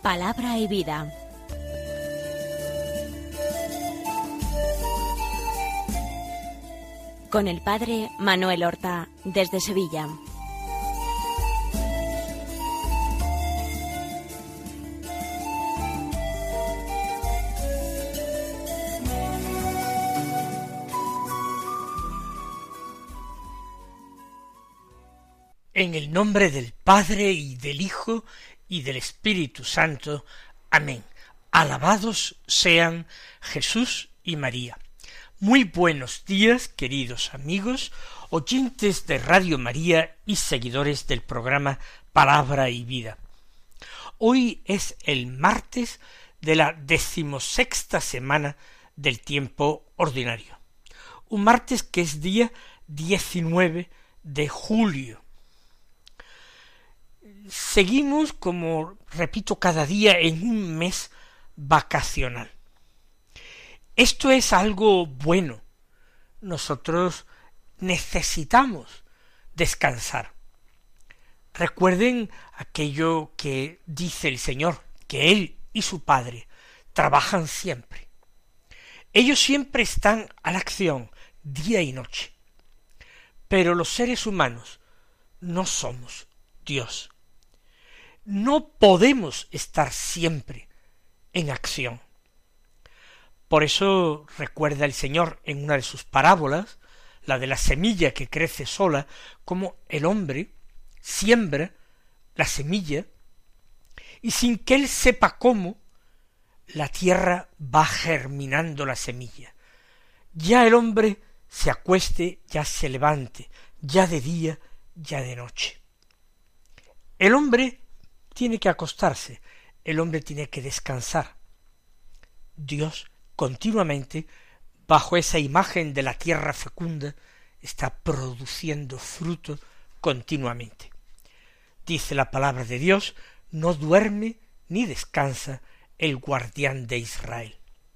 Palabra y vida. Con el padre Manuel Horta, desde Sevilla. En el nombre del Padre, y del Hijo, y del Espíritu Santo. Amén. Alabados sean Jesús y María. Muy buenos días, queridos amigos, oyentes de Radio María y seguidores del programa Palabra y Vida. Hoy es el martes de la 16ª semana del tiempo ordinario. Un martes que es día 19 de julio. Seguimos, como repito cada día, en un mes vacacional. Esto es algo bueno. Nosotros necesitamos descansar. Recuerden aquello que dice el Señor, que Él y su Padre trabajan siempre. Ellos siempre están a la acción, día y noche. Pero los seres humanos no somos Dios. No podemos estar siempre en acción. Por eso recuerda el Señor en una de sus parábolas, la de la semilla que crece sola, como el hombre siembra la semilla y sin que él sepa cómo, la tierra va germinando la semilla. Ya el hombre se acueste, ya se levante, ya de día, ya de noche. El hombre tiene que acostarse, el hombre tiene que descansar. Dios continuamente, bajo esa imagen de la tierra fecunda, está produciendo fruto continuamente. Dice la palabra de Dios, no duerme ni descansa el guardián de Israel.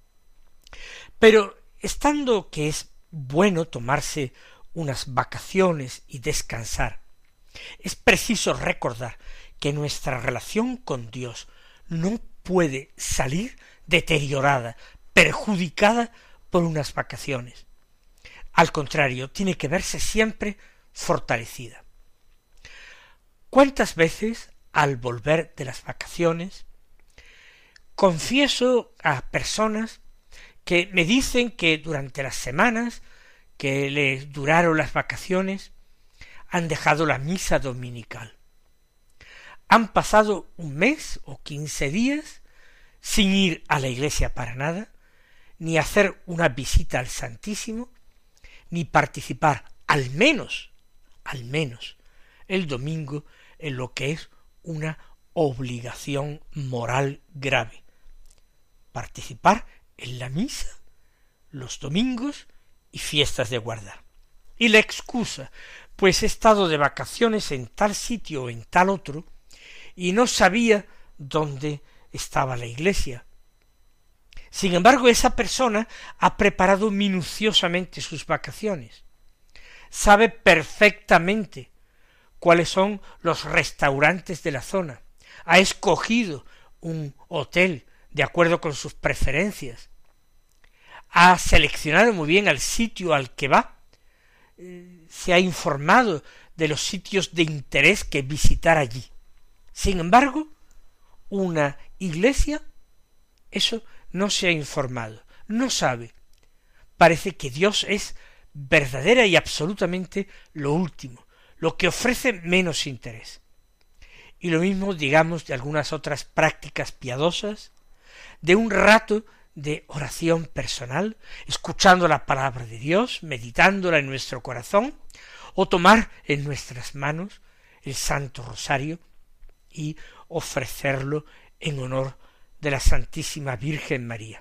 Pero estando que es bueno tomarse unas vacaciones y descansar, es preciso recordar que nuestra relación con Dios no puede salir deteriorada, perjudicada por unas vacaciones. Al contrario, tiene que verse siempre fortalecida. ¿Cuántas veces, al volver de las vacaciones, confieso a personas que me dicen que durante las semanas que les duraron las vacaciones, han dejado la misa dominical? Han pasado un mes o 15 días sin ir a la iglesia para nada, ni hacer una visita al Santísimo, ni participar al menos el domingo en lo que es una obligación moral grave. Participar en la misa, los domingos y fiestas de guardar. Y la excusa, pues he estado de vacaciones en tal sitio o en tal otro, y no sabía dónde estaba la iglesia. Sin embargo, esa persona ha preparado minuciosamente sus vacaciones. Sabe perfectamente cuáles son los restaurantes de la zona. Ha escogido un hotel de acuerdo con sus preferencias. Ha seleccionado muy bien el sitio al que va. Se ha informado de los sitios de interés que visitar allí. Sin embargo, una iglesia, eso no se ha informado, no sabe. Parece que Dios es verdadera y absolutamente lo último, lo que ofrece menos interés. Y lo mismo, digamos, de algunas otras prácticas piadosas, de un rato de oración personal, escuchando la palabra de Dios, meditándola en nuestro corazón, o tomar en nuestras manos el Santo Rosario y ofrecerlo en honor de la Santísima Virgen María.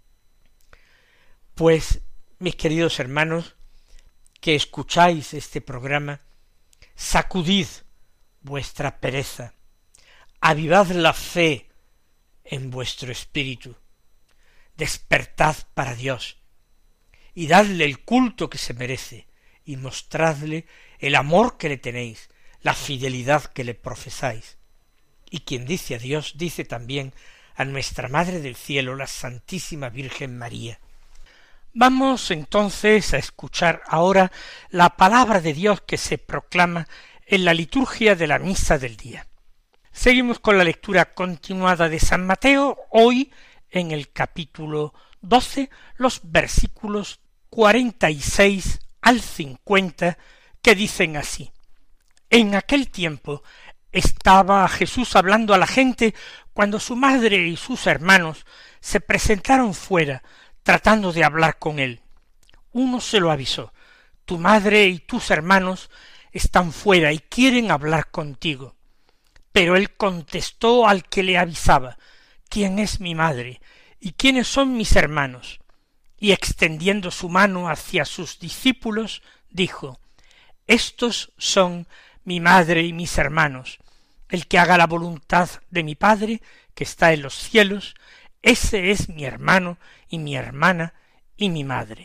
Pues, mis queridos hermanos, que escucháis este programa, sacudid vuestra pereza, avivad la fe en vuestro espíritu, despertad para Dios, y dadle el culto que se merece, y mostradle el amor que le tenéis, la fidelidad que le profesáis. Y quien dice a Dios, dice también a nuestra Madre del Cielo, la Santísima Virgen María. Vamos entonces a escuchar ahora la palabra de Dios que se proclama en la liturgia de la misa del día. Seguimos con la lectura continuada de San Mateo, hoy en el capítulo 12, los versículos 46 al 50, que dicen así: En aquel tiempo estaba Jesús hablando a la gente cuando su madre y sus hermanos se presentaron fuera tratando de hablar con él. Uno se lo avisó: tu madre y tus hermanos están fuera y quieren hablar contigo. Pero él contestó al que le avisaba: ¿quién es mi madre? ¿Y quiénes son mis hermanos? Y extendiendo su mano hacia sus discípulos, dijo: Estos son mi madre y mis hermanos. El que haga la voluntad de mi Padre, que está en los cielos, ese es mi hermano y mi hermana y mi madre.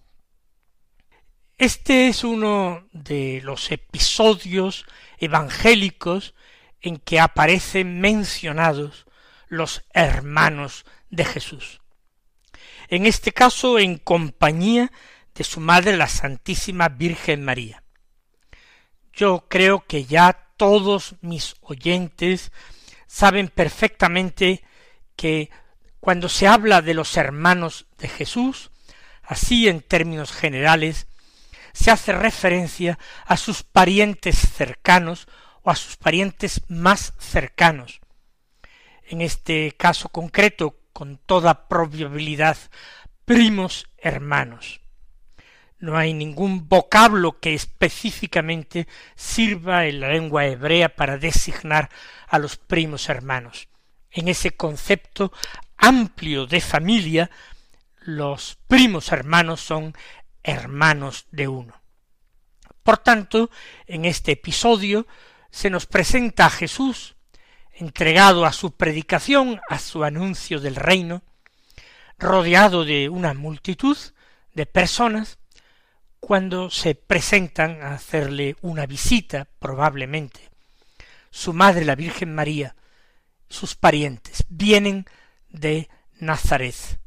Este es uno de los episodios evangélicos en que aparecen mencionados los hermanos de Jesús. En este caso, en compañía de su madre, la Santísima Virgen María. Yo creo que ya todos mis oyentes saben perfectamente que cuando se habla de los hermanos de Jesús, así en términos generales, se hace referencia a sus parientes cercanos o a sus parientes más cercanos. En este caso concreto, con toda probabilidad, primos hermanos. No hay ningún vocablo que específicamente sirva en la lengua hebrea para designar a los primos hermanos. En ese concepto amplio de familia, los primos hermanos son hermanos de uno. Por tanto, en este episodio se nos presenta a Jesús, entregado a su predicación, a su anuncio del reino, rodeado de una multitud de personas, cuando se presentan a hacerle una visita, probablemente. Su madre, la Virgen María, sus parientes, vienen de Nazaret.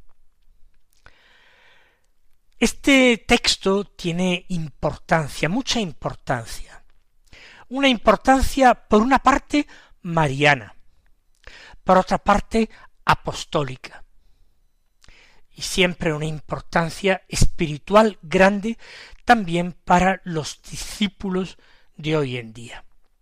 Este texto tiene importancia, mucha importancia. Una importancia, por una parte, mariana, por otra parte, apostólica. Y siempre una importancia espiritual grande también para los discípulos de hoy en día.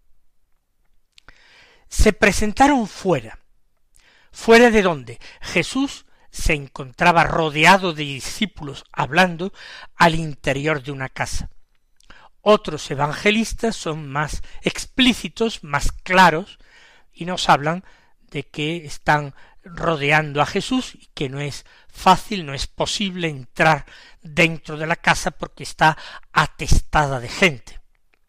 Se presentaron fuera. ¿Fuera de dónde? Jesús se encontraba rodeado de discípulos hablando al interior de una casa. Otros evangelistas son más explícitos, más claros, y nos hablan de que están rodeando a Jesús y que no es fácil, no es posible entrar dentro de la casa porque está atestada de gente.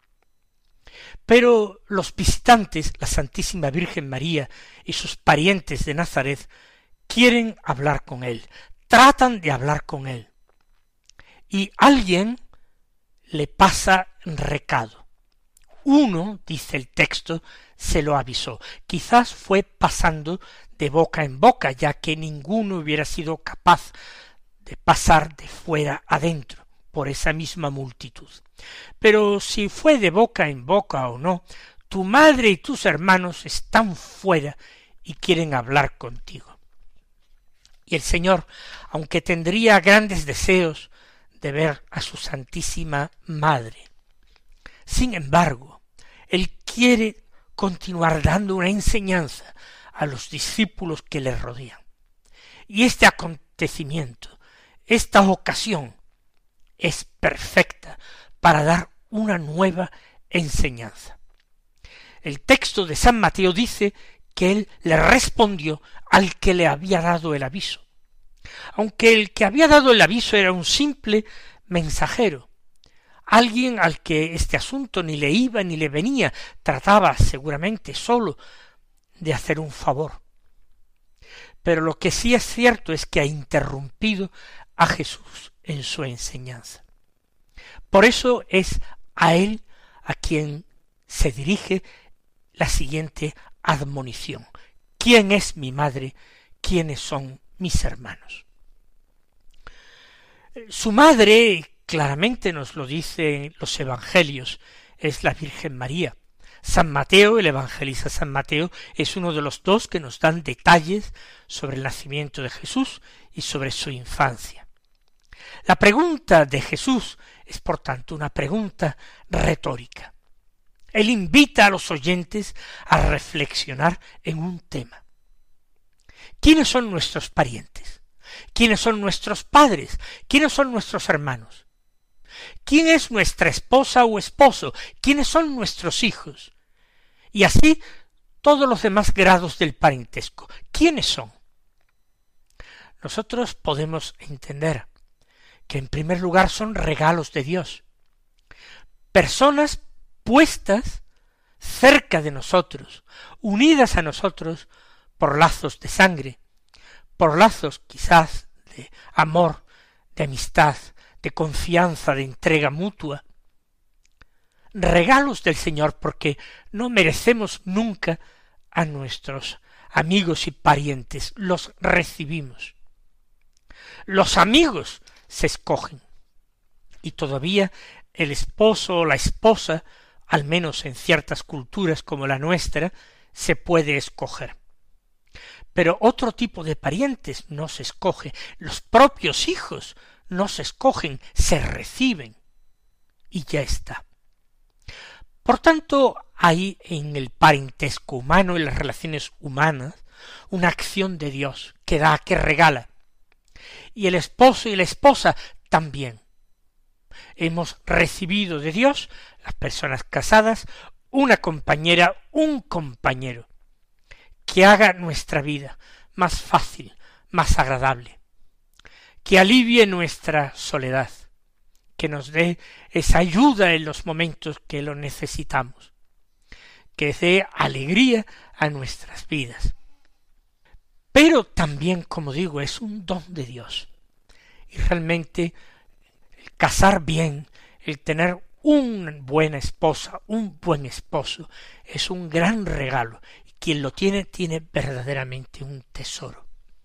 Pero los visitantes, la Santísima Virgen María y sus parientes de Nazaret, quieren hablar con él, tratan de hablar con él. Y alguien le pasa recado. Uno, dice el texto, se lo avisó. Quizás fue pasando de boca en boca, ya que ninguno hubiera sido capaz de pasar de fuera adentro por esa misma multitud. Pero si fue de boca en boca o no, tu madre y tus hermanos están fuera y quieren hablar contigo. Y el Señor, aunque tendría grandes deseos de ver a su Santísima Madre, sin embargo, Él quiere continuar dando una enseñanza a los discípulos que le rodean. Y este acontecimiento, esta ocasión, es perfecta para dar una nueva enseñanza. El texto de San Mateo dice que él le respondió al que le había dado el aviso. Aunque el que había dado el aviso era un simple mensajero, alguien al que este asunto ni le iba ni le venía, trataba seguramente solo de hacer un favor. Pero lo que sí es cierto es que ha interrumpido a Jesús en su enseñanza. Por eso es a él a quien se dirige la siguiente admonición. ¿Quién es mi madre? ¿Quiénes son mis hermanos? Su madre, claramente nos lo dicen los evangelios, es la Virgen María. San Mateo, el evangelista San Mateo, es uno de los dos que nos dan detalles sobre el nacimiento de Jesús y sobre su infancia. La pregunta de Jesús es, por tanto, una pregunta retórica. Él invita a los oyentes a reflexionar en un tema. ¿Quiénes son nuestros parientes? ¿Quiénes son nuestros padres? ¿Quiénes son nuestros hermanos? ¿Quién es nuestra esposa o esposo? ¿Quiénes son nuestros hijos? Y así todos los demás grados del parentesco. ¿Quiénes son? Nosotros podemos entender que en primer lugar son regalos de Dios. Personas puestas cerca de nosotros, unidas a nosotros por lazos de sangre, por lazos quizás de amor, de amistad, de confianza, de entrega mutua. Regalos del Señor, porque no merecemos nunca a nuestros amigos y parientes, los recibimos. Los amigos se escogen, y todavía el esposo o la esposa, al menos en ciertas culturas como la nuestra, se puede escoger. Pero otro tipo de parientes no se escoge, los propios hijos no se escogen, se reciben, y ya está. Por tanto, hay en el parentesco humano, en las relaciones humanas, una acción de Dios que da, que regala. Y el esposo y la esposa también. Hemos recibido de Dios, las personas casadas, una compañera, un compañero, que haga nuestra vida más fácil, más agradable, que alivie nuestra soledad, que nos dé esa ayuda en los momentos que lo necesitamos, que dé alegría a nuestras vidas. Pero también, como digo, es un don de Dios. Y realmente el casar bien, el tener una buena esposa, un buen esposo, es un gran regalo. Y quien lo tiene, tiene verdaderamente un tesoro.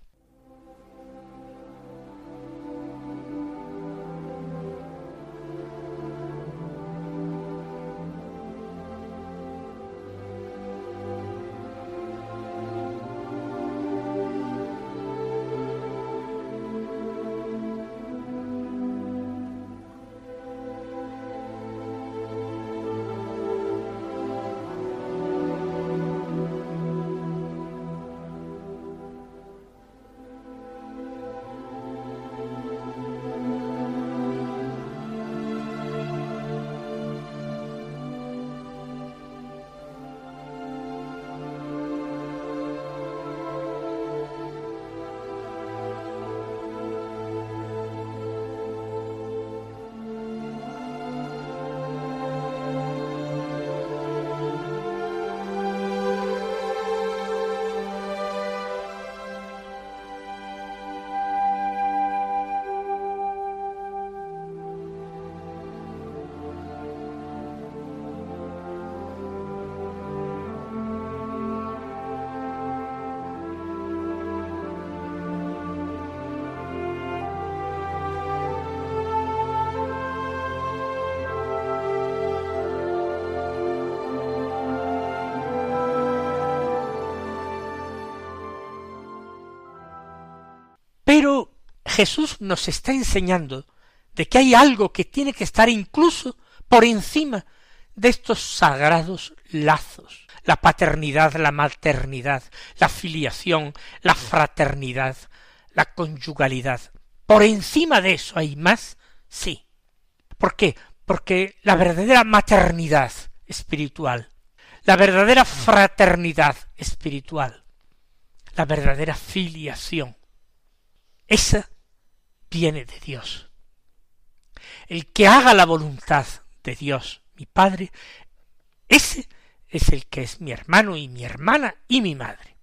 Pero Jesús nos está enseñando de que hay algo que tiene que estar incluso por encima de estos sagrados lazos, la paternidad, la maternidad, la filiación, la fraternidad, la conyugalidad. Por encima de eso hay más, sí. ¿Por qué? Porque la verdadera maternidad espiritual, la verdadera fraternidad espiritual, la verdadera filiación, esa viene de Dios. El que haga la voluntad de Dios, mi Padre, ese es el que es mi hermano y mi hermana y mi madre.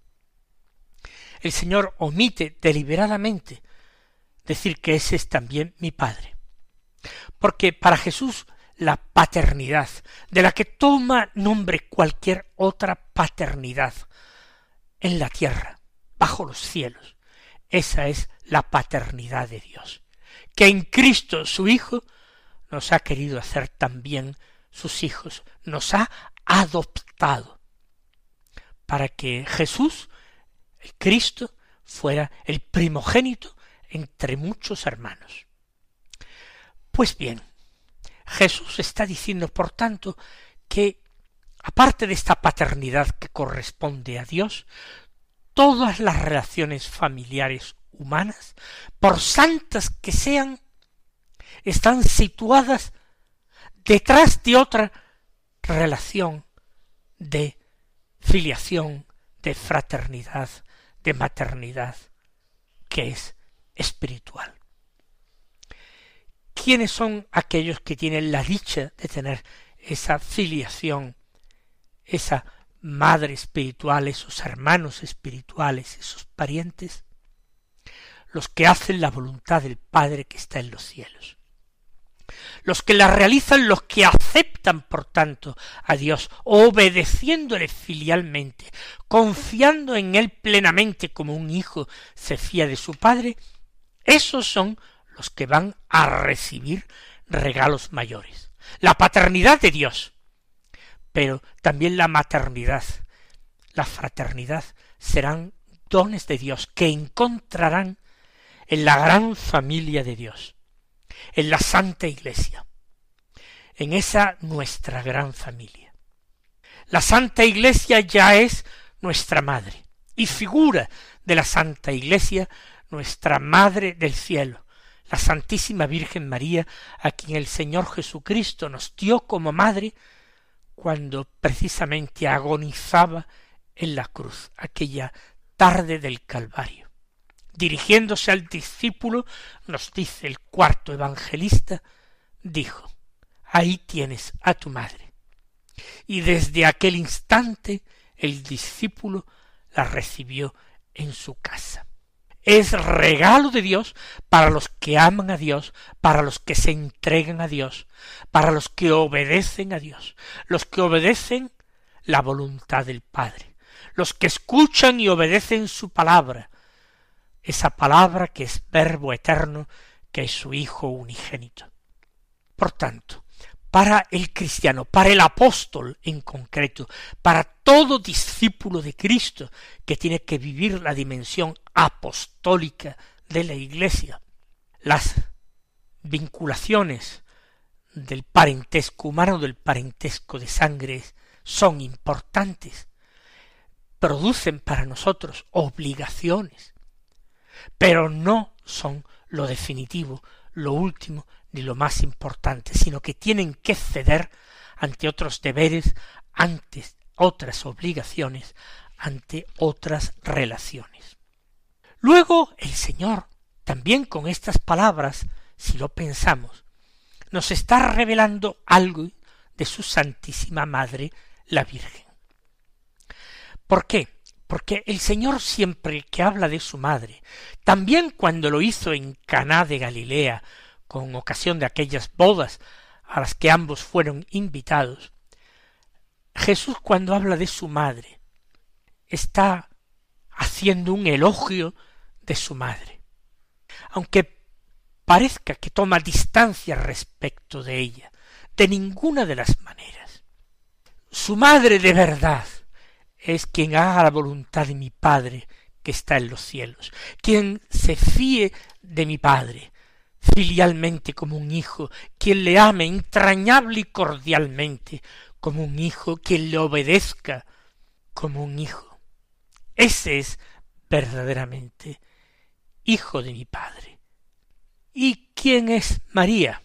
El Señor omite deliberadamente decir que ese es también mi Padre, porque para Jesús la paternidad, de la que toma nombre cualquier otra paternidad en la tierra, bajo los cielos. Esa es la paternidad de Dios, que en Cristo su Hijo nos ha querido hacer también sus hijos, nos ha adoptado, para que Jesús, el Cristo, fuera el primogénito entre muchos hermanos. Pues bien, Jesús está diciendo, por tanto, que aparte de esta paternidad que corresponde a Dios, todas las relaciones familiares humanas, por santas que sean, están situadas detrás de otra relación de filiación, de fraternidad, de maternidad, que es espiritual. ¿Quiénes son aquellos que tienen la dicha de tener esa filiación, esa madre espiritual, esos hermanos espirituales, esos parientes? Los que hacen la voluntad del Padre que está en los cielos. Los que la realizan, los que aceptan, por tanto, a Dios, obedeciéndole filialmente, confiando en Él plenamente como un hijo se fía de su Padre, esos son los que van a recibir regalos mayores. La paternidad de Dios, pero también la maternidad, la fraternidad, serán dones de Dios que encontrarán en la gran familia de Dios, en la Santa Iglesia, en esa nuestra gran familia. La Santa Iglesia ya es nuestra madre, y figura de la Santa Iglesia nuestra Madre del Cielo, la Santísima Virgen María, a quien el Señor Jesucristo nos dio como madre cuando precisamente agonizaba en la cruz, aquella tarde del Calvario. Dirigiéndose al discípulo, nos dice el cuarto evangelista, dijo: ahí tienes a tu madre. Y desde aquel instante el discípulo la recibió en su casa. Es regalo de Dios para los que aman a Dios, para los que se entregan a Dios, para los que obedecen a Dios, los que obedecen la voluntad del Padre, los que escuchan y obedecen su palabra, esa palabra que es verbo eterno, que es su Hijo unigénito. Por tanto, para el cristiano, para el apóstol en concreto, para todo discípulo de Cristo que tiene que vivir la dimensión apostólica de la Iglesia, las vinculaciones del parentesco humano, del parentesco de sangre, son importantes, producen para nosotros obligaciones, pero no son lo definitivo, lo último, ni lo más importante, sino que tienen que ceder ante otros deberes, ante otras obligaciones, ante otras relaciones. Luego el Señor, también con estas palabras, si lo pensamos, nos está revelando algo de su Santísima Madre, la Virgen. ¿Por qué? Porque el Señor siempre que habla de su madre, también cuando lo hizo en Caná de Galilea, con ocasión de aquellas bodas a las que ambos fueron invitados, Jesús, cuando habla de su madre, está haciendo un elogio de su madre, aunque parezca que toma distancia respecto de ella, de ninguna de las maneras. Su madre de verdad es quien haga la voluntad de mi Padre que está en los cielos, quien se fíe de mi Padre filialmente como un hijo, quien le ame entrañable y cordialmente como un hijo, quien le obedezca como un hijo. Ese es verdaderamente hijo de mi Padre. ¿Y quién es María?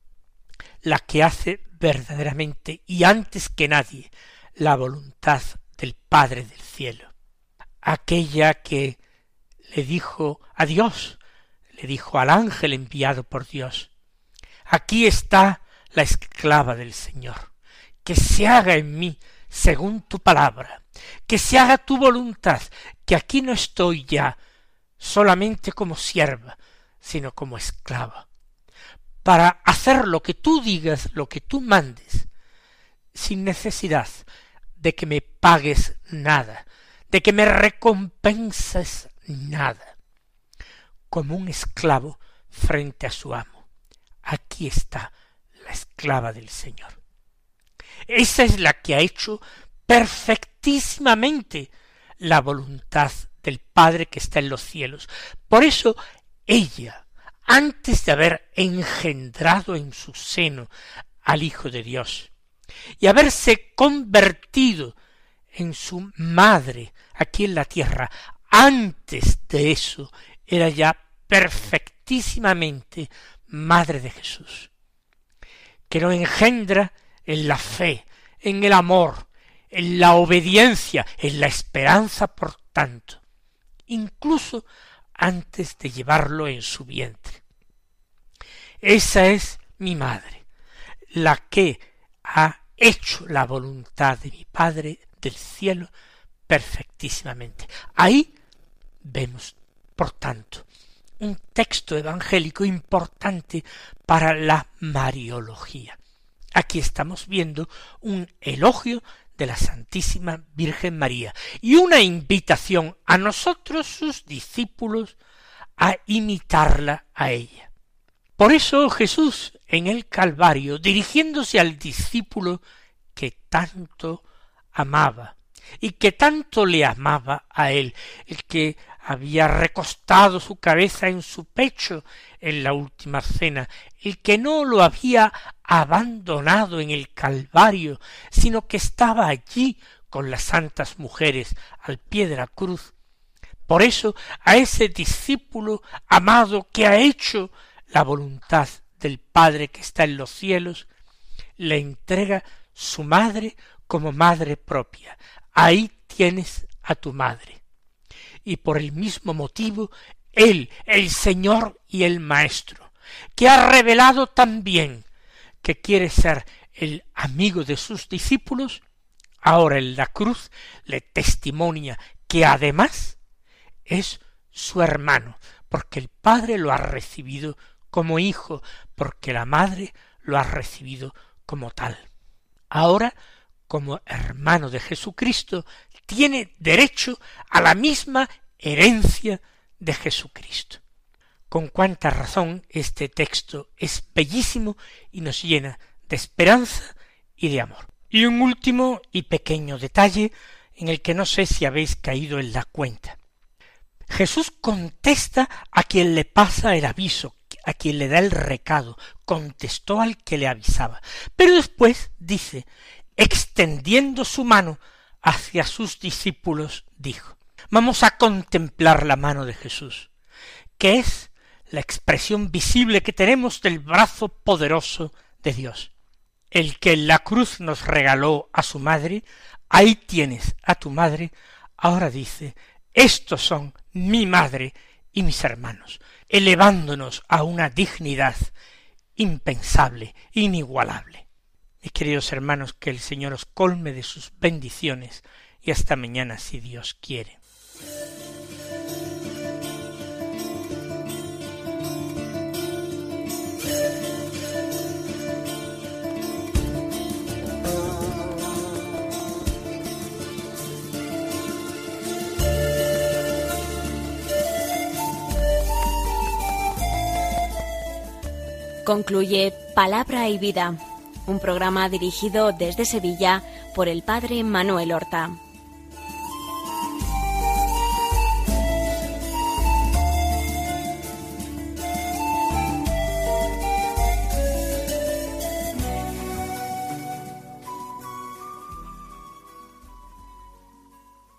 La que hace verdaderamente y antes que nadie la voluntad del Padre del cielo. Aquella que le dijo a Dios, le dijo al ángel enviado por Dios: aquí está la esclava del Señor, que se haga en mí según tu palabra, que se haga tu voluntad, que aquí no estoy ya solamente como sierva, sino como esclava. para hacer lo que tú digas, lo que tú mandes, sin necesidad de que me pagues nada, de que me recompenses nada, como un esclavo frente a su amo. Aquí está la esclava del Señor. Esa es la que ha hecho perfectísimamente la voluntad del Padre que está en los cielos. Por eso ella, antes de haber engendrado en su seno al Hijo de Dios y haberse convertido en su madre aquí en la tierra, antes de eso era ya perfectísimamente madre de Jesús, que lo engendra en la fe, en el amor, en la obediencia, en la esperanza, por tanto, incluso antes de llevarlo en su vientre. Esa es mi madre, la que ha hecho la voluntad de mi Padre del cielo perfectísimamente. Ahí vemos, por tanto, un texto evangélico importante para la mariología. Aquí estamos viendo un elogio de la Santísima Virgen María y una invitación a nosotros, sus discípulos, a imitarla a ella. Por eso Jesús en el Calvario, dirigiéndose al discípulo que tanto amaba y que tanto le amaba a él, el que había recostado su cabeza en su pecho en la última cena, el que no lo había abandonado en el Calvario, sino que estaba allí con las santas mujeres al pie de la cruz. Por eso a ese discípulo amado que ha hecho la voluntad del Padre que está en los cielos, le entrega su madre como madre propia. Ahí tienes a tu madre. Y por el mismo motivo, Él, el Señor y el Maestro, que ha revelado también que quiere ser el amigo de sus discípulos, ahora en la cruz le testimonia que además es su hermano, porque el Padre lo ha recibido como hijo, porque la Madre lo ha recibido como tal. Ahora, como hermano de Jesucristo, tiene derecho a la misma herencia de Jesucristo. Con cuánta razón este texto es bellísimo y nos llena de esperanza y de amor. Y un último y pequeño detalle en el que no sé si habéis caído en la cuenta. Jesús contesta a quien le pasa el aviso, a quien le da el recado, contestó al que le avisaba. Pero después dice, extendiendo su mano hacia sus discípulos, dijo. Vamos a contemplar la mano de Jesús, que es la expresión visible que tenemos del brazo poderoso de Dios. El que en la cruz nos regaló a su madre, ahí tienes a tu madre, ahora dice, estos son mi madre y mis hermanos, elevándonos a una dignidad impensable, inigualable. Mis queridos hermanos, que el Señor os colme de sus bendiciones y hasta mañana si Dios quiere. Concluye Palabra y Vida, un programa dirigido desde Sevilla por el Padre Manuel Horta.